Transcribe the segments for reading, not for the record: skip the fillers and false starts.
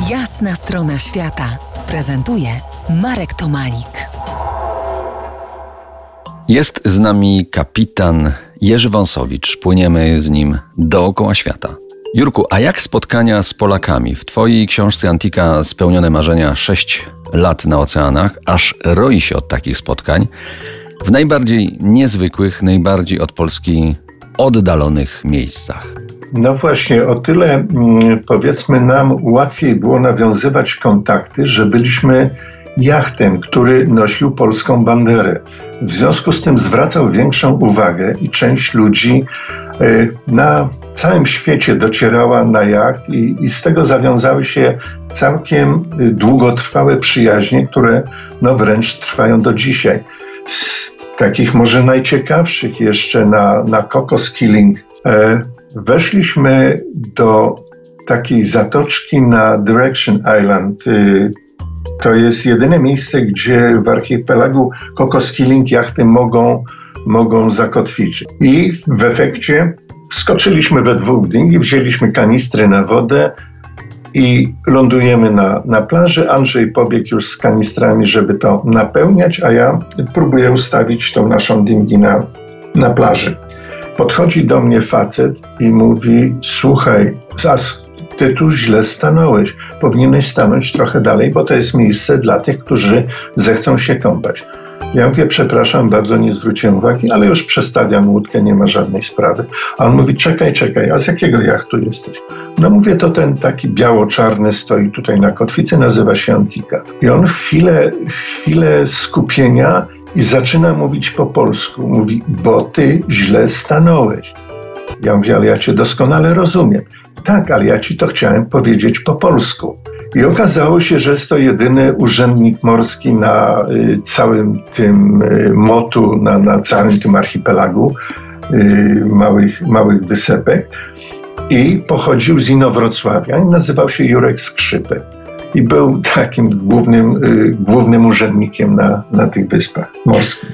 Jasna strona świata prezentuje Marek Tomalik. Jest z nami kapitan Jerzy Wąsowicz. Płyniemy z nim dookoła świata. Jurku, a jak spotkania z Polakami? W twojej książce Antika spełnione marzenia 6 lat na oceanach, aż roi się od takich spotkań w najbardziej niezwykłych, najbardziej od Polski oddalonych miejscach. No właśnie, o tyle powiedzmy nam łatwiej było nawiązywać kontakty, że byliśmy jachtem, który nosił polską banderę. W związku z tym zwracał większą uwagę i część ludzi na całym świecie docierała na jacht i z tego zawiązały się całkiem długotrwałe przyjaźnie, które wręcz trwają do dzisiaj. Z takich może najciekawszych jeszcze na Cocos Keeling weszliśmy do takiej zatoczki na Direction Island. To jest jedyne miejsce, gdzie w archipelagu Cocos Keeling jachty mogą zakotwiczyć. I w efekcie skoczyliśmy we dwóch w dyngi, wzięliśmy kanistry na wodę i lądujemy na plaży. Andrzej pobiegł już z kanistrami, żeby to napełniać, a ja próbuję ustawić tą naszą dyngi na plaży. Podchodzi do mnie facet i mówi: słuchaj, ty tu źle stanąłeś. Powinieneś stanąć trochę dalej, bo to jest miejsce dla tych, którzy zechcą się kąpać. Ja mówię: przepraszam bardzo, nie zwróciłem uwagi, ale już przestawiam łódkę, nie ma żadnej sprawy. A on mówi: czekaj, a z jakiego jachtu jesteś? No mówię: to ten taki biało-czarny stoi tutaj na kotwicy, nazywa się Antika. I on chwilę skupienia i zaczyna mówić po polsku. Mówi: bo ty źle stanąłeś. Ja mówię: ale ja cię doskonale rozumiem. Tak, ale ja ci to chciałem powiedzieć po polsku. I okazało się, że jest to jedyny urzędnik morski na całym tym motu, na całym tym archipelagu małych wysepek. I pochodził z Inowrocławia i nazywał się Jurek Skrzypek. I był takim głównym urzędnikiem na tych wyspach morskich.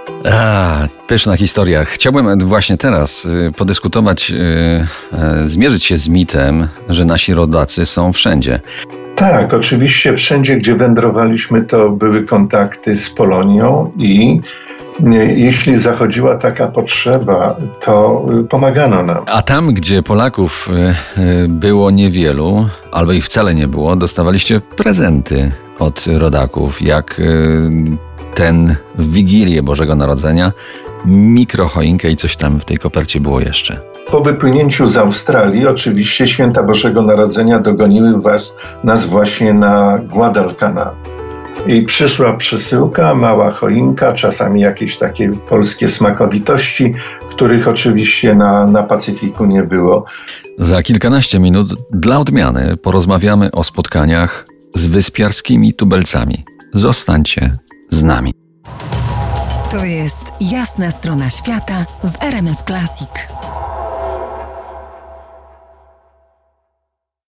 Pyszna historia. Chciałbym właśnie teraz podyskutować, zmierzyć się z mitem, że nasi rodacy są wszędzie. Tak, oczywiście wszędzie, gdzie wędrowaliśmy, to były kontakty z Polonią i jeśli zachodziła taka potrzeba, to pomagano nam. A tam, gdzie Polaków było niewielu, albo ich wcale nie było, dostawaliście prezenty od rodaków, jak ten w Wigilię Bożego Narodzenia, mikrochoinkę i coś tam w tej kopercie było jeszcze. Po wypłynięciu z Australii oczywiście święta Bożego Narodzenia dogoniły nas właśnie na Guadalcanal. I przyszła przesyłka, mała choinka, czasami jakieś takie polskie smakowitości, których oczywiście na Pacyfiku nie było. Za kilkanaście minut dla odmiany porozmawiamy o spotkaniach z wyspiarskimi tubelcami. Zostańcie z nami. To jest Jasna strona świata w RMF Classic.